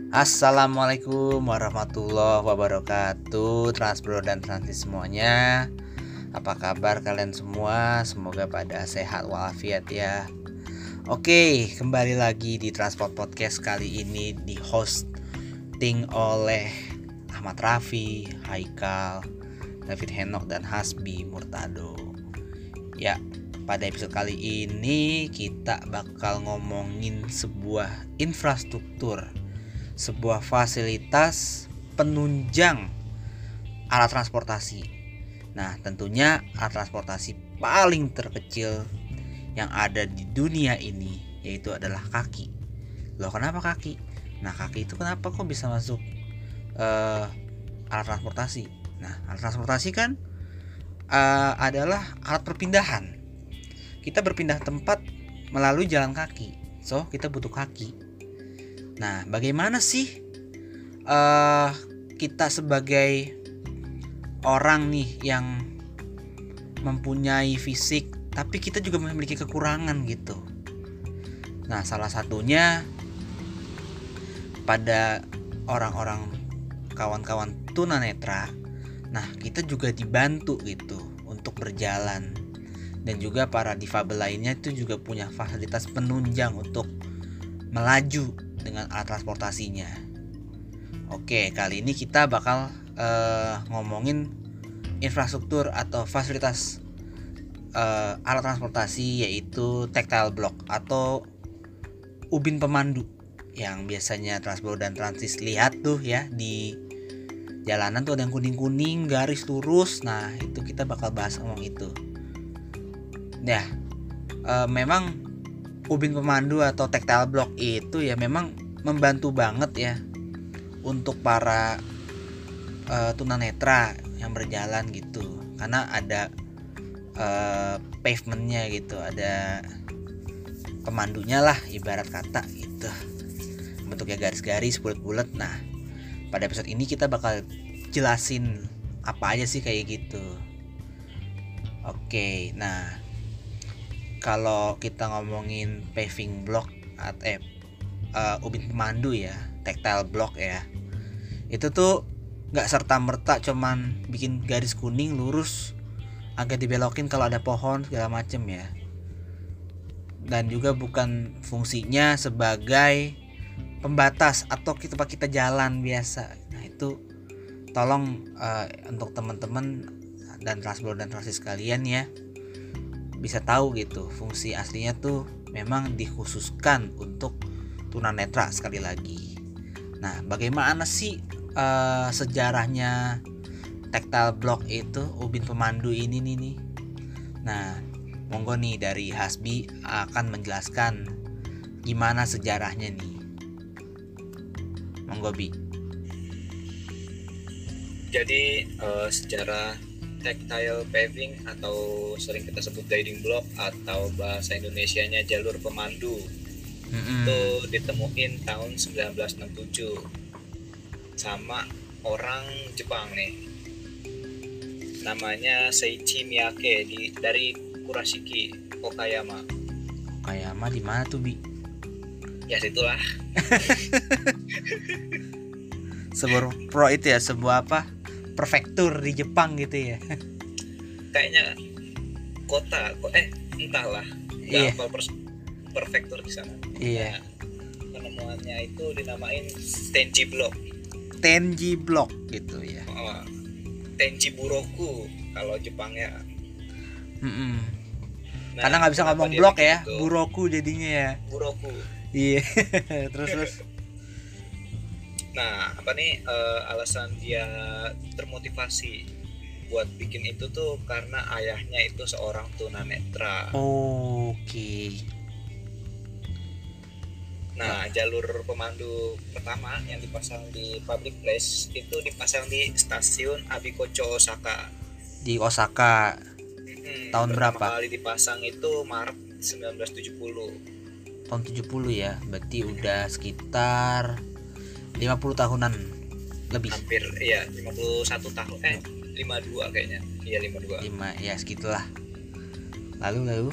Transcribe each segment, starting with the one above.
Assalamualaikum warahmatullahi wabarakatuh, Transbro dan Transis semuanya. Apa kabar kalian semua? Semoga pada sehat walafiat ya. Oke, kembali lagi di Transport Podcast. Kali ini di hosting oleh Ahmad Raffi, Haikal, David Henok, dan Hasbi Murtado. Ya, pada episode kali ini kita bakal ngomongin sebuah infrastruktur, sebuah fasilitas penunjang alat transportasi. Nah, tentunya alat transportasi paling terkecil yang ada di dunia ini yaitu adalah kaki. Loh, kenapa kaki? Nah, kaki itu kenapa kok bisa masuk alat transportasi? Nah, alat transportasi kan adalah alat perpindahan. Kita berpindah tempat melalui jalan kaki. So, kita butuh kaki. Nah, bagaimana sih kita sebagai orang nih yang mempunyai fisik, tapi kita juga memiliki kekurangan gitu. Nah, salah satunya pada orang-orang kawan-kawan tunanetra. Nah, kita juga dibantu gitu untuk berjalan. Dan juga para difabel lainnya itu juga punya fasilitas penunjang untuk melaju dengan alat transportasinya. Oke, kali ini kita bakal ngomongin infrastruktur atau fasilitas alat transportasi, yaitu tactile block atau ubin pemandu yang biasanya Transbro dan Transis lihat tuh ya di jalanan tuh ada yang kuning-kuning garis lurus. Nah, itu kita bakal bahas ngomong itu. Ya, memang ubin pemandu atau tactile block itu ya memang membantu banget ya untuk para tunanetra yang berjalan gitu, karena ada pavementnya gitu, ada pemandunya lah ibarat kata gitu, bentuknya garis-garis bulat-bulat. Nah, pada episode ini kita bakal jelasin apa aja sih kayak gitu. Oke, nah kalau kita ngomongin paving block atau ubin pemandu ya, tactile block ya, itu tuh nggak serta merta cuman bikin garis kuning lurus agak dibelokin kalau ada pohon segala macem ya, dan juga bukan fungsinya sebagai pembatas atau kita jalan biasa. Nah, itu tolong untuk teman-teman dan Transbro dan Transis kalian ya bisa tahu gitu, fungsi aslinya tuh memang dikhususkan untuk tunanetra sekali lagi. Nah, bagaimana sih sejarahnya tactile block itu, ubin pemandu ini nih? Nah, monggo nih dari Hasbi akan menjelaskan gimana sejarahnya nih. Monggo Bi. Jadi sejarah tactile paving atau sering kita sebut guiding block atau bahasa Indonesianya jalur pemandu itu ditemuin tahun 1967 sama orang Jepang nih, namanya Seiichi Miyake dari Kurashiki, Okayama. Okayama di mana tuh Bi? Ya situlah. Sebuah itu ya, sebuah apa? Prefektur di Jepang gitu ya. Kayaknya kota entahlah. Iya. Apa prefektur di sana. Iya. Nah, penemuannya itu dinamain Tenji Block. Tenji Block gitu ya. Tenji Buroku kalau Jepangnya. Nah, karena nggak bisa ngomong blok ya, gitu? Buroku jadinya ya. Buroku. Iya. terus. Nah, apa nih alasan dia termotivasi buat bikin itu tuh karena ayahnya itu seorang tunanetra. Oke. Nah, jalur pemandu pertama yang dipasang di public place itu dipasang di stasiun Abikocho Osaka. Di Osaka. Tahun berapa? Pertama kali dipasang itu Maret 1970. Tahun 70 ya, berarti udah sekitar 50 tahunan lebih. Hampir ya, 51 tahun. 52 kayaknya. Iya, 52. 5 ya segitulah. Lalu.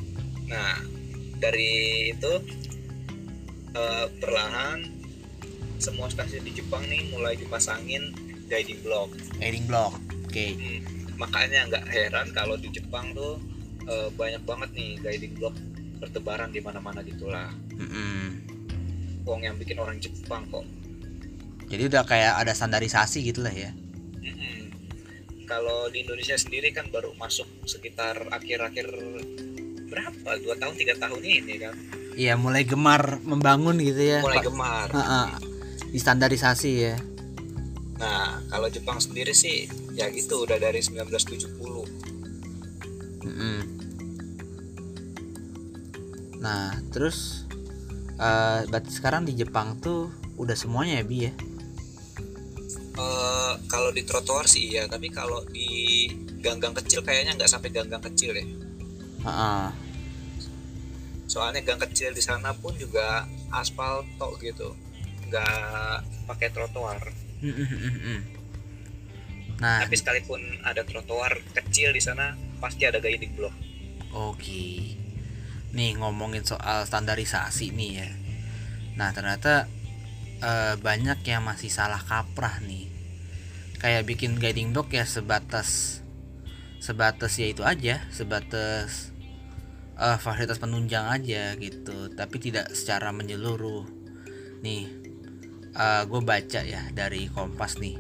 Nah, dari itu perlahan semua stasiun di Jepang nih mulai dipasangin guiding block. Guiding block. Oke. Makanya nggak heran kalau di Jepang tuh banyak banget nih guiding block bertebaran di mana-mana gitulah. Wong yang bikin orang Jepang kok. Jadi udah kayak ada standarisasi gitulah ya. Kalau di Indonesia sendiri kan baru masuk sekitar akhir-akhir berapa 2 tahun 3 tahun ini kan. Iya, mulai gemar membangun gitu ya. Mulai gemar. Di standarisasi ya. Nah, kalau Jepang sendiri sih ya gitu udah dari 1970. Nah, terus berarti sekarang di Jepang tuh udah semuanya ya, Bi ya? Kalau di trotoar sih iya, tapi kalau di gang-gang kecil kayaknya nggak sampai gang-gang kecil ya. Soalnya gang kecil di sana pun juga aspal tok gitu, nggak pakai trotoar. Nah, tapi sekalipun ada trotoar kecil di sana pasti ada guiding block. Oke. Nih ngomongin soal standarisasi nih ya. Nah ternyata banyak yang masih salah kaprah nih. Kayak bikin guiding block ya sebatas ya itu aja, sebatas fasilitas penunjang aja gitu, tapi tidak secara menyeluruh. Nih gue baca ya dari Kompas nih,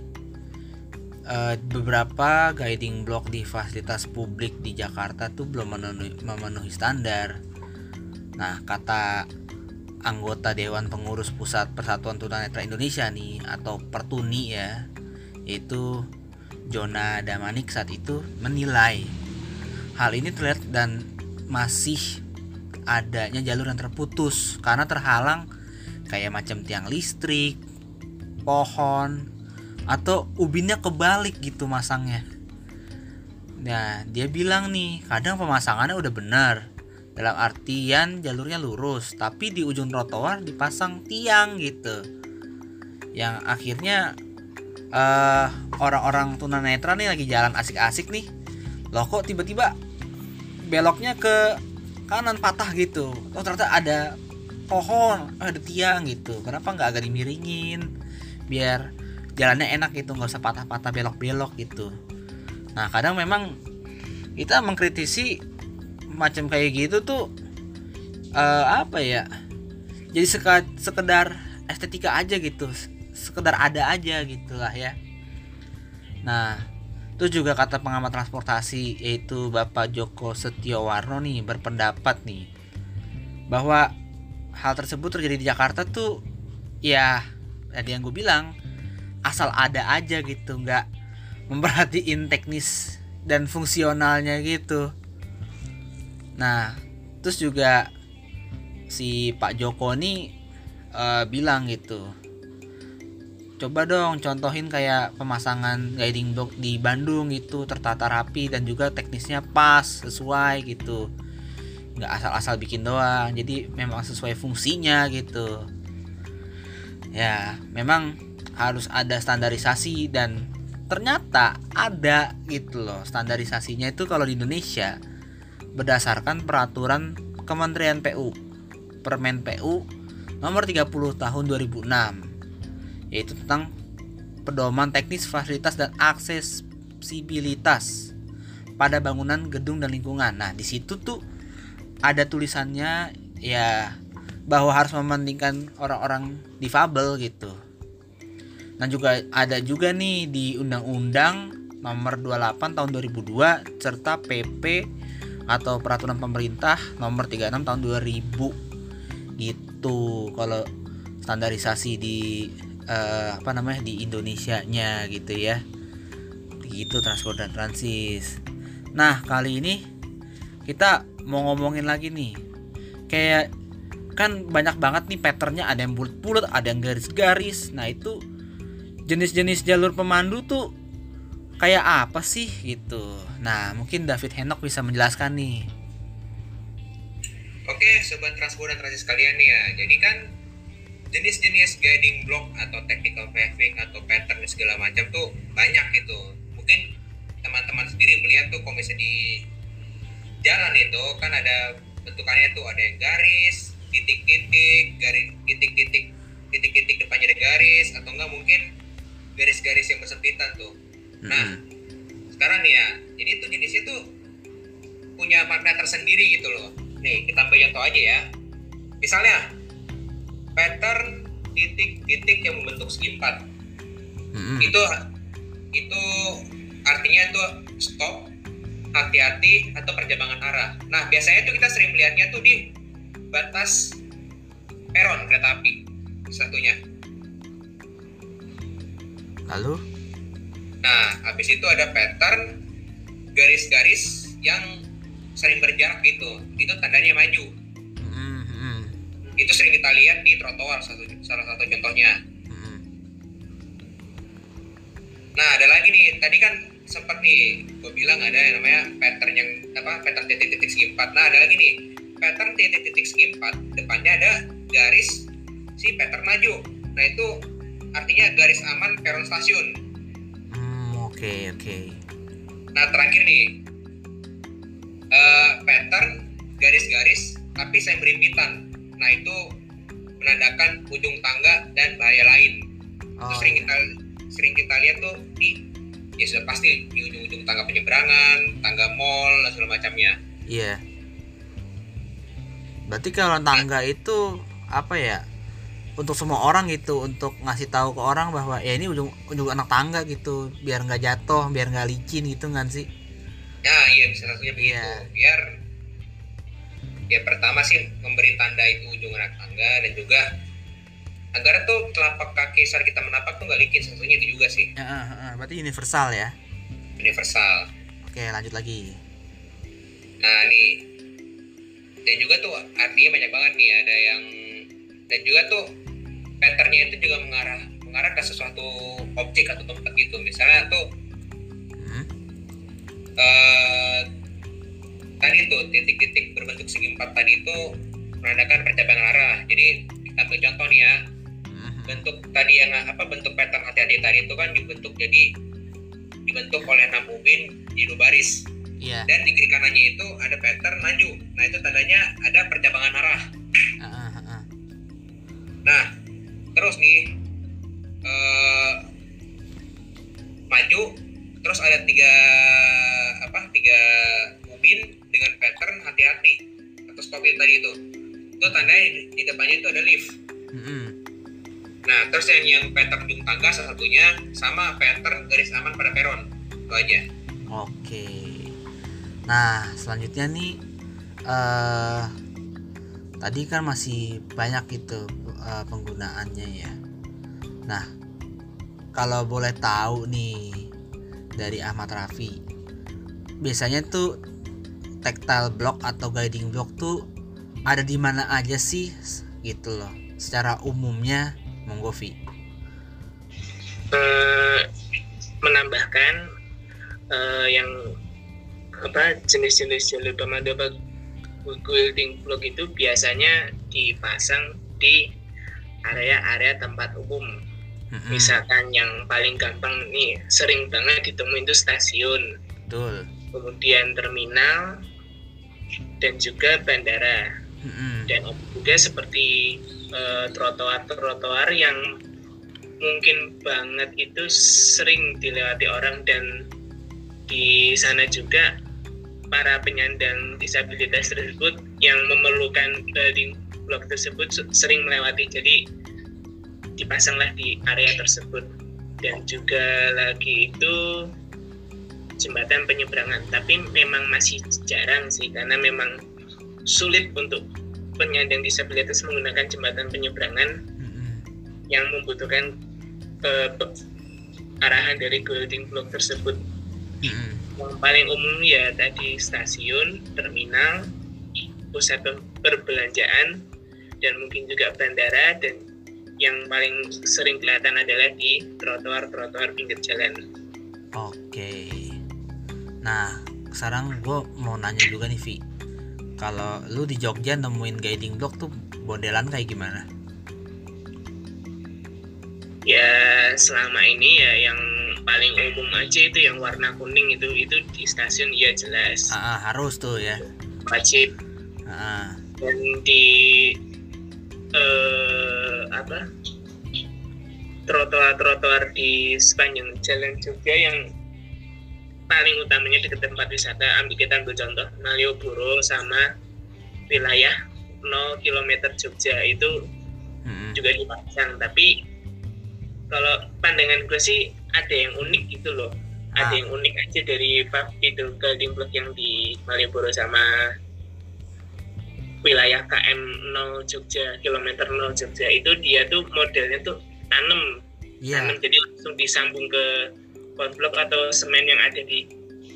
beberapa guiding block di fasilitas publik di Jakarta tuh belum memenuhi standar. Nah, kata anggota Dewan Pengurus Pusat Persatuan Tunanetra Indonesia nih, atau Pertuni ya, yaitu Jona Damanik saat itu menilai hal ini terlihat dan masih adanya jalur yang terputus karena terhalang kayak macam tiang listrik, pohon, atau ubinnya kebalik gitu masangnya. Nah, dia bilang nih, kadang pemasangannya udah benar, dalam artian jalurnya lurus, tapi di ujung trotoar dipasang tiang gitu, yang akhirnya orang-orang tunanetra nih lagi jalan asik-asik nih, loh kok tiba-tiba beloknya ke kanan patah gitu, oh ternyata ada pohon, ada tiang gitu, kenapa nggak agak dimiringin biar jalannya enak gitu, nggak usah patah-patah belok-belok gitu. Nah kadang memang kita mengkritisi macam kayak gitu tuh apa ya, jadi sekedar estetika aja gitu, sekedar ada aja gitulah ya. Nah itu juga kata pengamat transportasi yaitu Bapak Joko Setiowarno nih berpendapat nih bahwa hal tersebut terjadi di Jakarta tuh ya tadi yang gue bilang, asal ada aja gitu, nggak memperhatiin teknis dan fungsionalnya gitu. Nah terus juga si Pak Joko nih bilang gitu, coba dong contohin kayak pemasangan guiding block di Bandung gitu, tertata rapi dan juga teknisnya pas, sesuai gitu, nggak asal-asal bikin doang, jadi memang sesuai fungsinya gitu ya. Memang harus ada standarisasi dan ternyata ada gitu loh. Standarisasinya itu kalau di Indonesia berdasarkan peraturan Kementerian PU, Permen PU nomor 30 tahun 2006, yaitu tentang pedoman teknis fasilitas dan aksesibilitas pada bangunan, gedung dan lingkungan. Nah, di situ tuh ada tulisannya ya bahwa harus mementingkan orang-orang difabel gitu. Dan juga ada juga nih di Undang-Undang nomor 28 tahun 2002 serta PP atau peraturan pemerintah nomor 36 tahun 2000 gitu. Kalau standarisasi di di Indonesianya gitu ya. Gitu transport dan transis. Nah, kali ini kita mau ngomongin lagi nih. Kayak kan banyak banget nih patternnya, ada yang bulat-bulat, ada yang garis-garis. Nah, itu jenis-jenis jalur pemandu tuh kayak apa sih gitu. Nah mungkin David Henok bisa menjelaskan nih. Oke sobat transport dan transit sekalian nih ya, jadi kan jenis-jenis guiding block atau technical paving atau pattern segala macam tuh banyak gitu. Mungkin teman-teman sendiri melihat tuh kalau misalnya di jalan itu kan ada bentukannya tuh, ada yang garis, titik-titik, garis, titik-titik, titik-titik depannya ada garis, atau enggak mungkin garis-garis yang bersempitan tuh. Nah, sekarang nih ya, jadi itu jenisnya tuh punya makna tersendiri gitu loh. Nih, kita ambil contoh aja ya. Misalnya, pattern titik-titik yang membentuk segi empat. Itu artinya tuh stop, hati-hati, atau perjalanan arah. Nah, biasanya tuh kita sering melihatnya tuh di batas peron kereta api satunya. Lalu? Nah, habis itu ada pattern garis-garis yang sering berjarak gitu. Itu tandanya maju. Itu sering kita lihat di trotoar, salah satu contohnya. Nah, ada lagi nih. Tadi kan sempat nih gue bilang ada yang namanya pattern yang pattern titik-titik segi empat. Nah, ada lagi nih pattern titik-titik segi empat, depannya ada garis si pattern maju. Nah, itu artinya garis aman peron stasiun. Oke. Nah, terakhir nih pattern garis-garis tapi saya berimpitan. Nah, itu menandakan ujung tangga dan bahaya lain. Itu sering kita lihat tuh ya sudah pasti di ujung-ujung tangga penyeberangan, tangga mall dan segala macamnya. Iya. Berarti kalau tangga itu apa ya? Untuk semua orang gitu, untuk ngasih tahu ke orang bahwa ya ini ujung anak tangga gitu, biar nggak jatuh, biar nggak licin gitu kan sih? Ya, iya bisa satunya begitu. Biar ya pertama sih memberi tanda itu ujung anak tangga, dan juga agar tuh telapak kaki saat kita menapak tuh nggak licin, satunya itu juga sih. Berarti universal ya? Universal. Oke, lanjut lagi. Nah, nih dan juga tuh artinya banyak banget nih, ada yang dan juga tuh patternnya itu juga mengarah ke sesuatu objek atau tempat gitu. Misalnya tuh tadi tuh titik-titik berbentuk segi empat tadi itu menandakan percabangan arah. Jadi kita ambil contoh nih ya, bentuk tadi yang bentuk pattern hati-hati tadi itu kan dibentuk oleh 6 ubin di 2 baris. Iya. Dan di kiri kanannya itu ada pattern maju. Nah, itu tandanya ada percabangan arah. Nah, terus nih maju, terus ada tiga ubin dengan pattern hati-hati atau stop tadi itu tandanya di depannya itu ada lift. Nah, terus yang pattern ujung tangga salah satunya sama pattern garis aman pada peron. Itu aja. Oke. Nah, selanjutnya nih tadi kan masih banyak gitu penggunaannya ya. Nah, kalau boleh tahu nih dari Ahmad Raffi, biasanya tuh tactile block atau guiding block tuh ada di mana aja sih gitu loh, secara umumnya, monggo Vi. Menambahkan yang jenis-jenis jalur pemandu guiding block itu biasanya dipasang di area-area tempat umum. Misalkan yang paling gampang nih, sering banget ditemuin itu stasiun. Betul. Kemudian terminal dan juga bandara. Dan juga seperti trotoar-trotoar yang mungkin banget itu sering dilewati orang, dan di sana juga para penyandang disabilitas tersebut yang memerlukan guiding block tersebut sering melewati, jadi dipasanglah di area tersebut. Dan juga lagi itu jembatan penyeberangan, tapi memang masih jarang sih, karena memang sulit untuk penyandang disabilitas menggunakan jembatan penyeberangan yang membutuhkan arahan dari guiding block tersebut. Yang paling umum ya tadi stasiun, terminal, pusat perbelanjaan, dan mungkin juga bandara, dan yang paling sering kelihatan adalah di trotoar-trotoar pinggir jalan. Oke. Nah, sekarang gue mau nanya juga nih Vi, kalau lu di Jogja nemuin guiding block tuh modelan kayak gimana? Ya selama ini ya yang paling umum aja itu yang warna kuning itu di stasiun ya jelas. Harus tuh ya. Wajib. Dan di trotoar-trotoar di sepanjang jalan Jogja yang paling utamanya di tempat wisata. Kita ambil contoh Malioboro sama wilayah 0 km Jogja itu juga dipasang. Tapi kalau pandangan gue sih ada yang unik gitu loh. Ada yang unik aja dari itu guiding block yang di Malioboro sama wilayah KM 0 Jogja, kilometer 0 Jogja itu dia tuh modelnya tuh tanam, jadi langsung disambung ke konblok atau semen yang ada di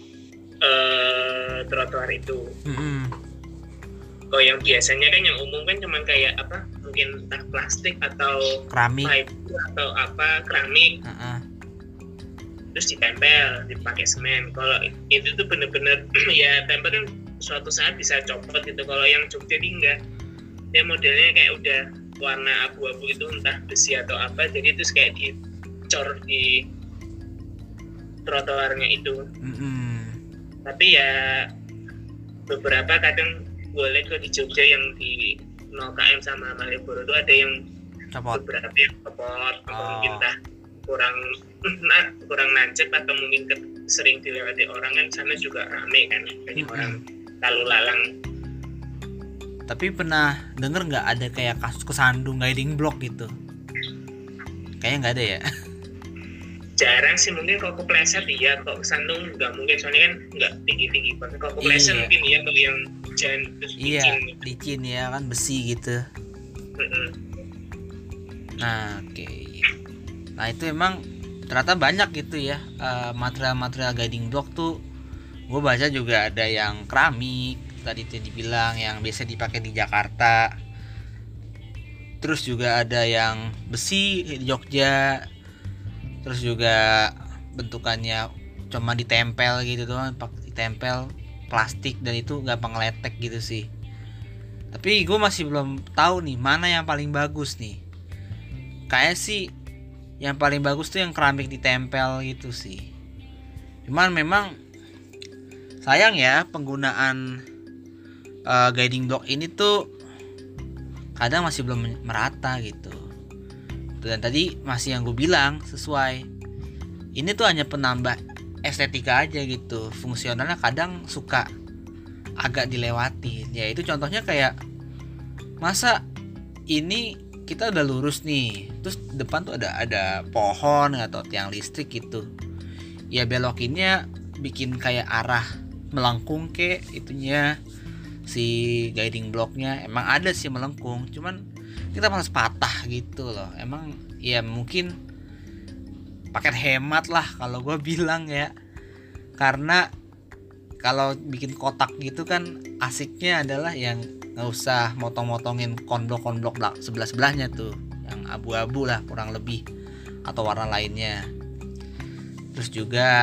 trotoar itu. Kalau yang biasanya kan yang umum kan cuman kayak apa, mungkin entah plastik atau keramik atau apa keramik, terus ditempel dipakai semen. Kalau itu tuh bener-bener ya tempel kan suatu saat bisa copot gitu. Kalau yang Jogja ini enggak, dia modelnya kayak udah warna abu-abu itu, entah besi atau apa, jadi itu kayak dicor di trotoarnya itu. Tapi ya beberapa kadang gue lihat kok di Jogja yang di 0 km sama Malioboro itu ada yang beberapa yang copot, atau mungkin entah kurang nancep, atau mungkin sering dilewati orang kan, sana juga rame kan, banyak orang lalu lalang. Tapi pernah denger nggak ada kayak kasus kesandung guiding block gitu? Kayaknya nggak ada ya. Jarang sih, mungkin kalau kepleset iya, kalau kesandung nggak mungkin, soalnya kan nggak tinggi banget. Kalau kepleset mungkin iya, kalau yang hujan terus licin ya kan, besi gitu. Nah oke. Nah itu emang ternyata banyak gitu ya, material-material guiding block tuh. Gue baca juga ada yang keramik tadi tuh dibilang yang biasa dipakai di Jakarta. Terus juga ada yang besi di Jogja. Terus juga bentukannya cuma ditempel gitu doang, ditempel plastik, dan itu gampang ngeletek gitu sih. Tapi gue masih belum tahu nih mana yang paling bagus nih. Kayak sih yang paling bagus tuh yang keramik ditempel gitu sih. Cuman memang sayang ya, penggunaan guiding block ini tuh kadang masih belum merata gitu. Dan tadi masih yang gue bilang sesuai, ini tuh hanya penambah estetika aja gitu, fungsionalnya kadang suka agak dilewati. Ya itu contohnya kayak, masa ini kita udah lurus nih, terus depan tuh ada pohon atau tiang listrik gitu, ya belokinnya bikin kayak arah melengkung ke itunya si guiding blocknya. Emang ada sih melengkung, cuman kita malas patah gitu loh. Emang ya mungkin paket hemat lah kalau gue bilang ya, karena kalau bikin kotak gitu kan asiknya adalah yang nggak usah motong-motongin konblok sebelah-sebelahnya tuh, yang abu-abu lah kurang lebih atau warna lainnya. Terus juga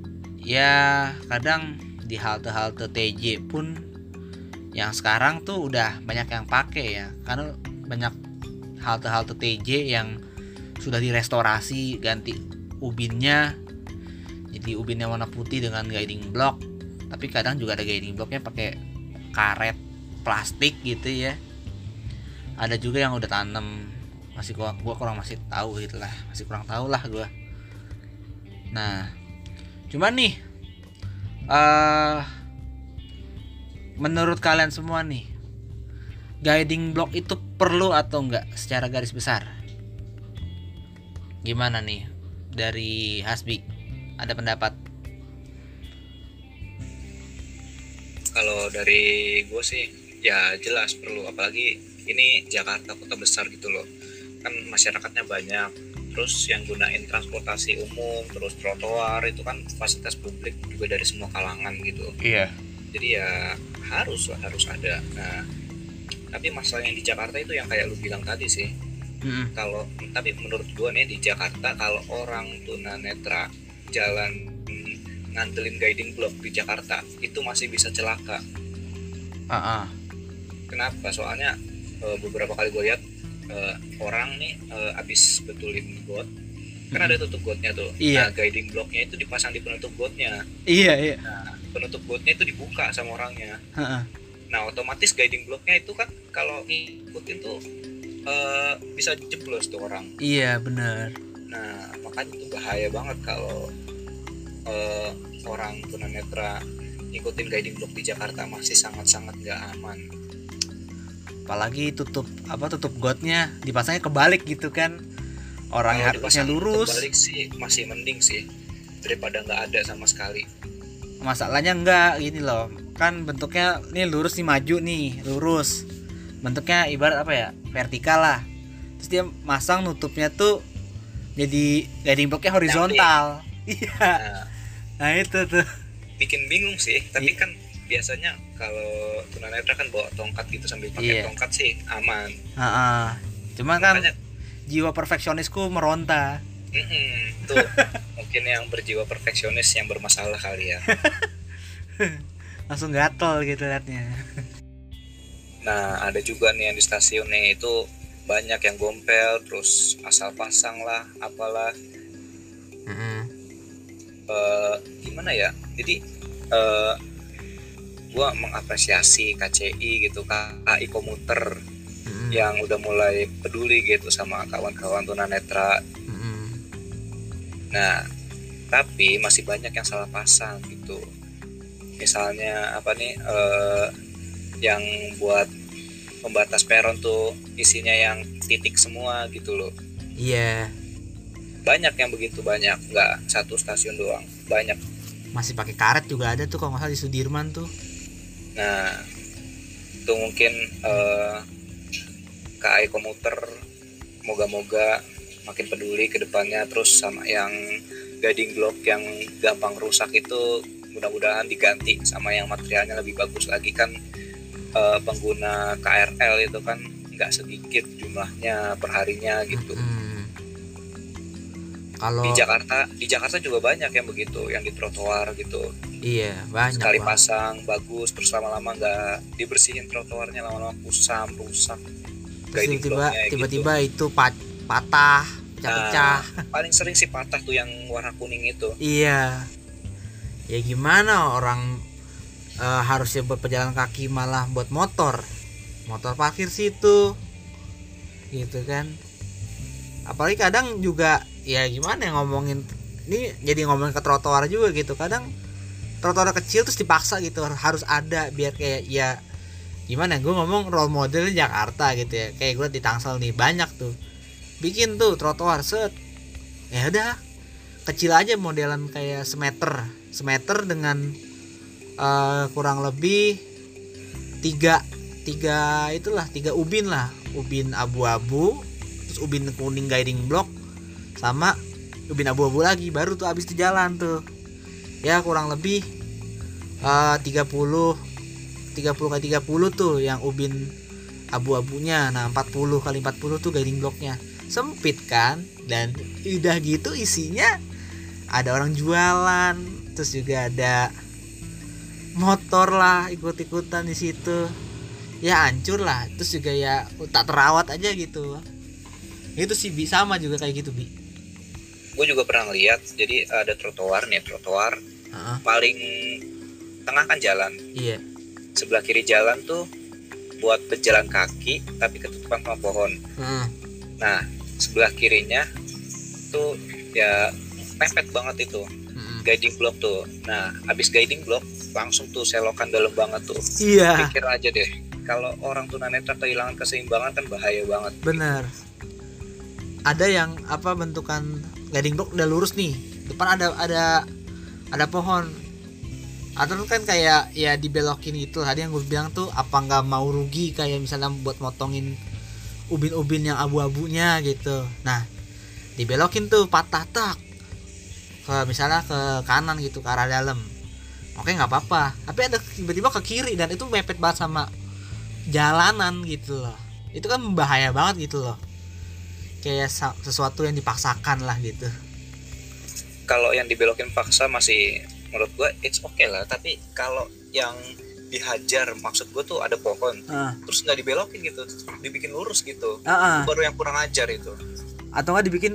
ya kadang di halte-halte TJ pun yang sekarang tuh udah banyak yang pakai ya, karena banyak halte-halte TJ yang sudah direstorasi, ganti ubinnya jadi ubinnya warna putih dengan guiding block. Tapi kadang juga ada guiding blocknya pakai karet plastik gitu ya. Ada juga yang udah tanam, gua kurang masih tahu gitulah, masih kurang tahu lah gua. Nah, cuman nih menurut kalian semua nih, guiding block itu perlu atau enggak secara garis besar? Gimana nih dari Hasbi? Ada pendapat? Kalau dari gue sih ya jelas perlu, apalagi ini Jakarta, kota besar gitu loh. Kan masyarakatnya banyak, terus yang gunain transportasi umum, terus trotoar itu kan fasilitas publik juga dari semua kalangan gitu. Iya. Jadi ya harus ada. Nah, tapi masalahnya di Jakarta itu yang kayak lu bilang tadi sih. Tapi menurut gue nih di Jakarta, kalau orang tunanetra jalan ngandelin guiding block di Jakarta itu masih bisa celaka. Kenapa? Soalnya beberapa kali gue lihat orang nih abis betulin got, kan ada tutup gotnya tuh. Iya. Nah, guiding blocknya itu dipasang di penutup gotnya. Iya. Nah, penutup gotnya itu dibuka sama orangnya. Nah, otomatis guiding blocknya itu kan kalau ngikutin tuh bisa jeblos tuh orang. Iya benar. Nah, makanya itu bahaya banget kalau orang tunanetra ngikutin guiding block di Jakarta, masih sangat-sangat nggak aman. Apalagi tutup gotnya dipasangnya kebalik gitu kan, orang Kalau harusnya dipasang lurus. terbalik sih masih mending sih daripada nggak ada sama sekali. Masalahnya enggak gini loh, kan bentuknya nih lurus nih, maju nih lurus, bentuknya ibarat apa ya, vertikal lah, terus dia masang nutupnya tuh jadi guiding blocknya horizontal. Iya, Nah, nah itu tuh. bikin bingung sih, tapi kan biasanya kalau tunanetra kan bawa tongkat gitu, sambil pakai Iya. tongkat sih aman. Cuman kan Makanya jiwa perfeksionisku meronta. tuh mungkin yang berjiwa perfeksionis yang bermasalah kali ya. Langsung gatel gitu liatnya. Nah, ada juga nih yang di stasiun nih, itu banyak yang gompel, terus asal pasang lah, apalah. Gimana ya? Jadi gua mengapresiasi KCI gitu, KAI Komuter yang udah mulai peduli gitu sama kawan-kawan tunanetra. Nah, tapi masih banyak yang salah pasang gitu. Misalnya apa nih, yang buat pembatas peron tuh isinya yang titik semua gitu loh. Iya, Banyak yang begitu, banyak, nggak satu stasiun doang, banyak. masih pakai karet juga ada tuh kalau nggak salah di Sudirman tuh. Nah, itu mungkin KAI Komuter moga-moga makin peduli ke depannya, terus sama yang guiding block yang gampang rusak itu mudah-mudahan diganti sama yang materialnya lebih bagus lagi kan. Pengguna KRL itu kan nggak sedikit jumlahnya perharinya gitu. Kalau Di Jakarta juga banyak yang begitu, yang di trotoar gitu. iya banyak Sekali banget. pasang bagus, terus lama-lama nggak dibersihin trotoarnya, lama-lama kusam, rusak. Terus Guiding blocknya tiba-tiba itu patah, pecah-pecah. Paling sering sih patah tuh yang warna kuning itu. Iya. Ya gimana orang harusnya buat pejalan kaki malah buat motor parkir situ gitu kan. Apalagi kadang juga ya gimana ya, ngomongin ini jadi ngomongin ke trotoar juga gitu, kadang trotoar kecil terus dipaksa gitu harus ada biar kayak ya gimana, gue ngomong role modelnya Jakarta gitu ya, kayak gue di Tangsel nih banyak tuh bikin tuh trotoar set, ya udah kecil aja modelan kayak semeter dengan kurang lebih tiga ubin lah, ubin abu-abu, terus ubin kuning guiding block, sama ubin abu-abu lagi, baru tuh abis itu jalan tuh ya kurang lebih 30 kali 30 tuh yang ubin abu-abunya. Nah 40 kali 40 tuh guiding blocknya, sempit kan, dan udah gitu isinya ada orang jualan, terus juga ada motor lah ikut-ikutan di situ, ya hancur lah. Terus juga ya tak terawat aja gitu. Itu sih Bi, sama juga kayak gitu Bi. Gue juga pernah lihat, jadi ada trotoar paling tengah kan jalan, Iya. sebelah kiri jalan tuh buat pejalan kaki tapi ketutupan sama pohon. Nah sebelah kirinya tuh ya mepet banget itu guiding block tuh. Nah habis guiding block langsung tuh selokan dalam banget tuh. Iya. Pikir aja deh, kalau orang tunanetra kehilangan keseimbangan kan bahaya banget. Bener. Ada yang bentukan guiding block udah lurus nih, depan ada pohon, atau kan kayak ya dibelokin gitu. Tadi yang gue bilang tuh, apa nggak mau rugi kayak misalnya buat motongin ubin-ubin yang abu-abunya gitu. Nah dibelokin tuh patah tak ke misalnya ke kanan gitu, ke arah dalam, oke nggak apa-apa. Tapi ada tiba-tiba ke kiri dan itu mepet banget sama jalanan gitu loh. Itu kan bahaya banget gitu loh, kayak sesuatu yang dipaksakan lah gitu. Kalau yang dibelokin paksa masih menurut gue it's okay lah, tapi kalau yang dihajar, maksud gue tuh ada pohon terus nggak dibelokin gitu, dibikin lurus gitu, itu baru yang kurang ajar itu. Atau nggak dibikin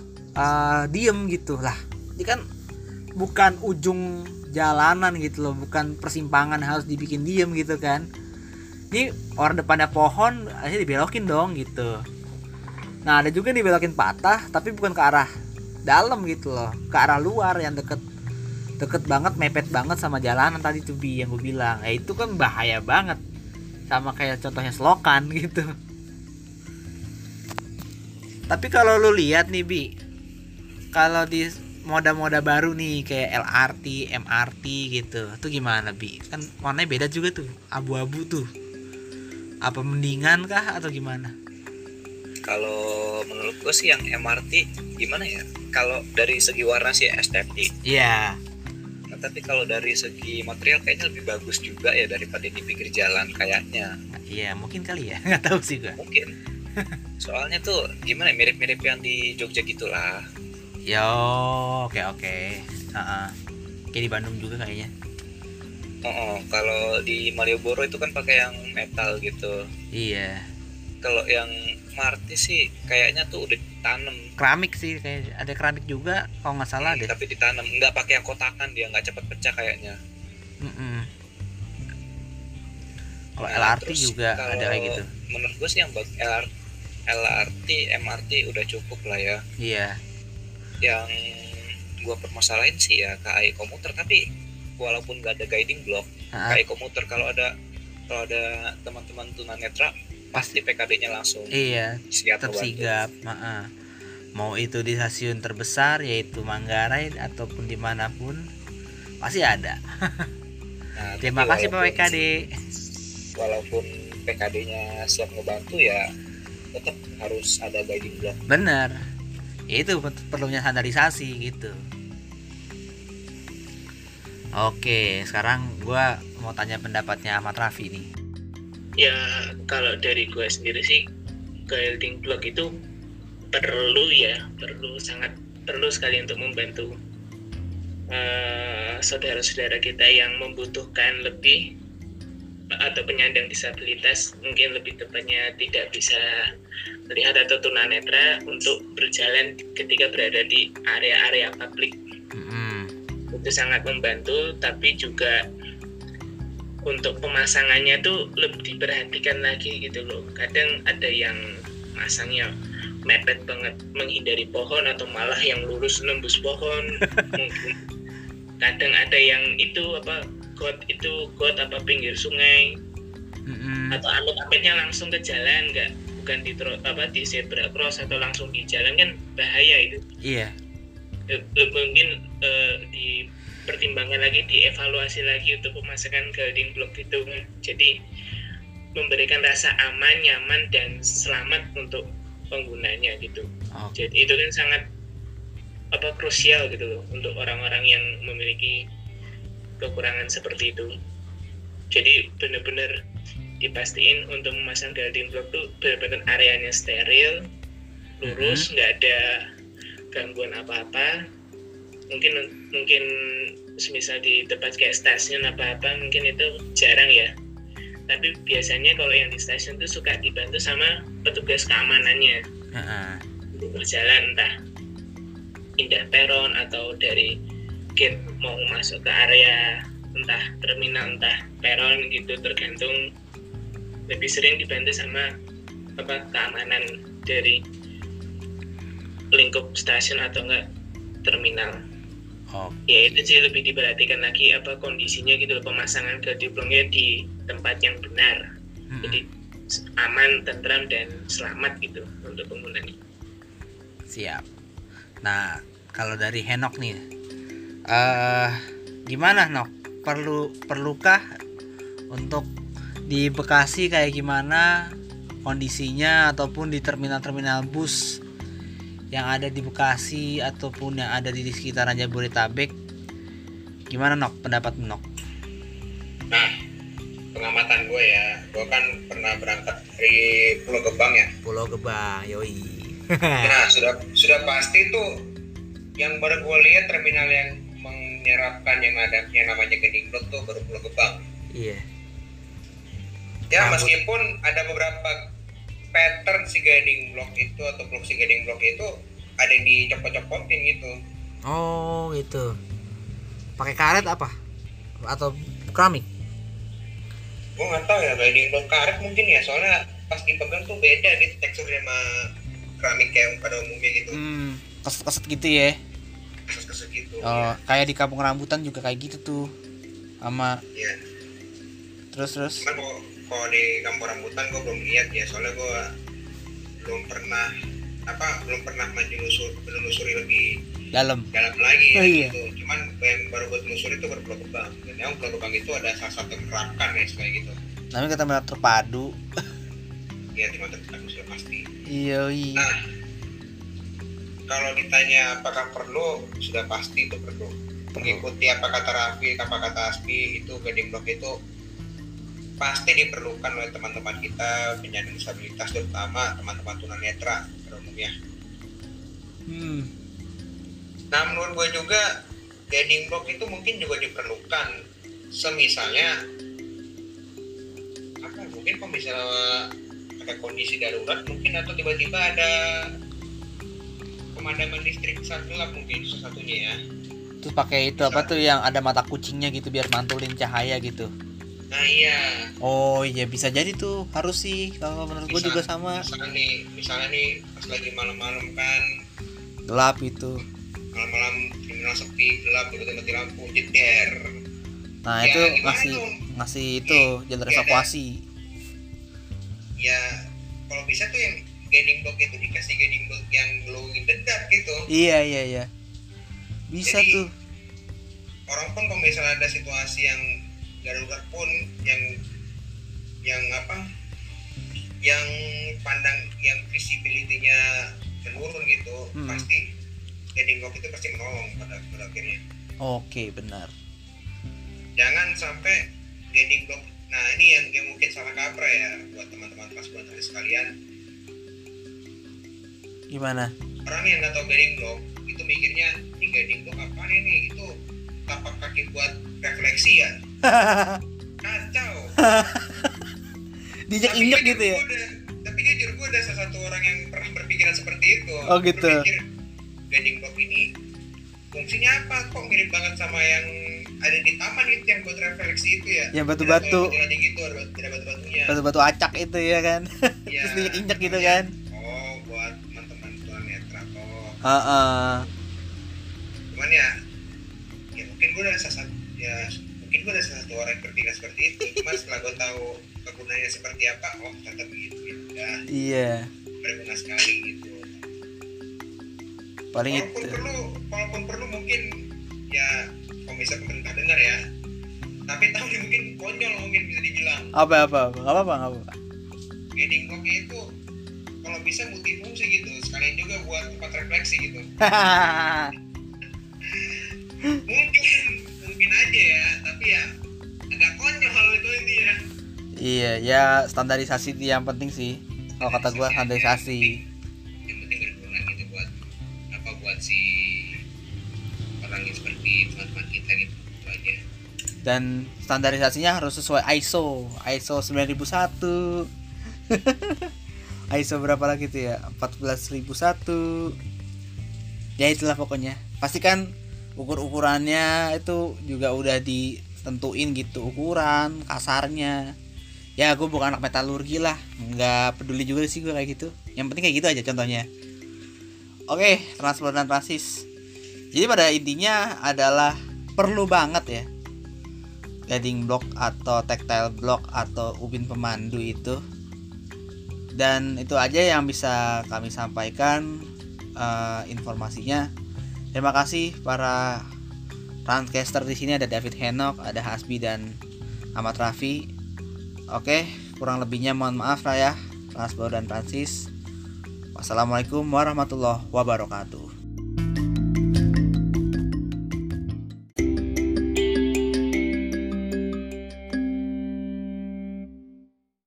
diem gitu lah. Ini kan bukan ujung jalanan gitu loh, bukan persimpangan harus dibikin diem gitu kan. Ini orang depannya pohon aja dibelokin dong gitu. Nah ada juga dibelokin patah tapi bukan ke arah dalam gitu loh, ke arah luar yang deket banget, mepet banget sama jalanan tadi tuh Bi yang gue bilang. Itu kan bahaya banget, sama kayak contohnya selokan gitu. Tapi kalau lu lihat nih Bi, kalau di moda-moda baru nih kayak LRT, MRT gitu, tuh gimana Bi? Kan warnanya beda juga tuh, abu-abu tuh. Apa mendingan kah atau gimana? Kalau menurut gue sih yang MRT gimana ya? Kalau dari segi warna sih estetik. Iya. Nah, tapi kalau dari segi material kayaknya lebih bagus juga ya daripada di pinggir jalan kayaknya. Iya mungkin kali ya, nggak tahu sih gue. Mungkin. Soalnya tuh gimana ya, mirip-mirip yang di Jogja gitulah. Yo, oke. Kayak di Bandung juga kayaknya. Kalau di Malioboro itu kan pakai yang metal gitu. Iya. Kalau yang Marti sih kayaknya tuh udah ditanam. Keramik sih, kayak ada keramik juga kalau nggak salah deh. Tapi ditanam, nggak pakai yang kotakan, dia nggak cepat pecah kayaknya. Kalau Nah, LRT terus juga kalau ada kayak gitu. Menurut gue sih yang LRT, MRT udah cukup lah ya. Iya. Yang gue permasalahin sih ya KAI komuter, tapi walaupun nggak ada guiding block, KAI komuter kalau ada teman-teman tunanetra pasti PKD-nya langsung. Iya. Siap Tetap sigap. Mau itu di stasiun terbesar yaitu Manggarai ataupun dimanapun pasti ada. Nah, Terima kasih Pak PKD. Walaupun PKD-nya siap ngebantu ya tetap harus ada guiding block. Bener. Itu perlunya standarisasi gitu. Oke, sekarang gue mau tanya pendapatnya Ahmad Raffi nih. Ya kalau dari gue sendiri sih guiding block itu sangat perlu sekali untuk membantu saudara-saudara kita yang membutuhkan lebih atau penyandang disabilitas, mungkin lebih tepatnya tidak bisa melihat atau tunanetra, untuk berjalan ketika berada di area-area publik. Itu sangat membantu, tapi juga untuk pemasangannya tuh lebih diperhatikan lagi gitu loh. Kadang ada yang masangnya mepet banget menghindari pohon atau malah yang lurus nembus pohon. Mungkin kadang ada yang itu got apa pinggir sungai, atau amit-amitnya langsung ke jalan, bukan di zebra cross atau langsung di jalan, kan bahaya itu. Iya. Mungkin dipertimbangkan lagi, dievaluasi lagi untuk pemasangan guiding block itu. Jadi memberikan rasa aman, nyaman dan selamat untuk penggunanya gitu. Jadi itu kan sangat krusial gitu loh untuk orang-orang yang memiliki kekurangan seperti itu. Jadi benar-benar dipastiin untuk memasang guiding block tuh benar-benar areanya steril, lurus, nggak ada gangguan apa-apa. Mungkin semisal di tempat kayak stasiun apa-apa mungkin itu jarang ya. Tapi biasanya kalau yang di stasiun tuh suka dibantu sama petugas keamanannya. Untuk berjalan entah pindah peron atau dari gate mau masuk ke area entah terminal entah peron gitu, tergantung. Lebih sering dibantu sama keamanan dari lingkup stasiun atau enggak terminal. Ya itu sih lebih diperhatikan lagi kondisinya gitu loh, pemasangan guiding blocknya di tempat yang benar. Jadi aman, tentram dan selamat gitu untuk penggunanya. Siap. Nah kalau dari Henok nih, gimana Nok? Perlukah untuk di Bekasi kayak gimana kondisinya, ataupun di terminal-terminal bus yang ada di Bekasi ataupun yang ada di sekitaran Jabodetabek? Gimana Nok, pendapat Nok? Nah, pengamatan gue ya, gue kan pernah berangkat dari Pulau Gebang ya. Pulau Gebang, yoi. Nah, sudah pasti tuh yang baru gue lihat terminal yang menyerapkan yang namanya guiding block tuh baru Pulau Gebang. Iya. Ya meskipun ada beberapa pattern si guiding block itu atau blok si guiding block itu ada yang dicopot-copotin gitu. Oh gitu. Pakai karet apa? Atau keramik? Gue nggak tahu ya, guiding block karet mungkin ya, soalnya pas dipegang tuh beda gitu teksturnya sama keramik kayak pada umumnya gitu. Keset-keset gitu ya. Keset-keset gitu. Oh, kayak di kampung rambutan juga kayak gitu tuh. Sama Iya. terus. Cuman kalau di kampung rambutan gue belum lihat ya, soalnya gue belum pernah menelusuri lebih dalam. lagi Oh, iya. gitu. Cuman yang baru gue telusuri itu baru Pulau Gebang. Dan yang Pulau Gebang itu ada salah satu gerakan ya kayak gitu. Namanya kata merah terpadu. Ya cuma terpadu sudah pasti. Iya. Nah, kalau ditanya apakah perlu, sudah pasti itu perlu. Mengikuti apa kata Raffi, apa kata Aspi, itu guiding block itu pasti diperlukan oleh teman-teman kita penyandang disabilitas, terutama teman-teman tunanetra pada umumnya. Nah, menurut gue juga guiding block itu mungkin juga diperlukan. Semisalnya mungkin kalau misalnya ada kondisi darurat mungkin, atau tiba-tiba ada pemadaman listrik saat gelap mungkin salah satunya ya. Terus pakai itu apa tuh yang ada mata kucingnya gitu biar mantulin cahaya gitu. Nah iya. Oh iya, bisa jadi tuh, harus sih kalau menurut gue juga sama. Misalnya nih pas lagi malam-malam kan Gelap itu. Malam-malam kriminal sepi, gelap, tiba-tiba mati lampu, jeder. Nah Ya, itu gimana ngasih itu jalur evakuasi. Ya kalau bisa tuh yang guiding block itu dikasih guiding block yang glowing in the dark gitu. Iya. Bisa jadi, tuh. Orang pun kalau misalnya ada situasi yang darurat pun yang visibility-nya menurun gitu, pasti guiding block itu pasti menolong pada akhirnya. Oke, benar. Jangan sampai guiding block. Nah ini yang mungkin salah kaprah ya buat teman-teman transbron sekalian. Gimana? Orang yang nggak tahu guiding block itu mikirnya ini guiding block apaan ini, itu tapak kaki buat refleksi ya. Kacau. Diinjek gitu ya. Tapi jujur gue ada salah satu orang yang pernah berpikiran seperti itu. Oh gitu. Berpikir guiding block ini fungsinya apa, kok mirip banget sama yang ada di taman itu yang buat refleksi itu ya. Yang batu-batu. Ada gitu, ada batu-batunya. Batu-batu acak itu ya kan. Ya, terus diinjek gitu kan. Oh, buat teman-teman tunanetra kok. Cuman ya mungkin gue ada salah satu orang yang berpikir seperti itu. Cuma setelah gue tahu kegunaannya seperti apa, oh ternyata begitu ya udah. Iya. Berguna sekali gitu. Paling Walaupun perlu mungkin ya kalau bisa pemerintah dengar ya. Tapi tahu nih mungkin konyol mungkin bisa dibilang. Apa. Guiding block itu kalau bisa multifungsi gitu, sekalian juga buat tempat refleksi gitu. mungkin aja ya, tapi ya agak konyol itu intinya. Iya, ya standarisasi itu yang penting sih. Kalau kata gua standarisasi. Yang penting berguna gitu buat si orang yang seperti teman-teman kita gitu, itu aja. Dan standarisasinya harus sesuai ISO 9001. ISO berapa lagi tuh ya? 14001. Ya itulah pokoknya. Pastikan ukurannya itu juga udah ditentuin gitu, ukuran kasarnya. Ya gue bukan anak metalurgi lah, nggak peduli juga sih gue kayak gitu. Yang penting kayak gitu aja contohnya. Oke, transport dan transis. Jadi pada intinya adalah perlu banget ya guiding block atau tactile block atau ubin pemandu itu. Dan itu aja yang bisa kami sampaikan informasinya. Terima kasih para transcaster di sini, ada David Henok, ada Hasbi dan Ahmad Raffi. Oke, kurang lebihnya mohon maaf lah ya, Transbro dan Transis. Wassalamualaikum warahmatullahi wabarakatuh.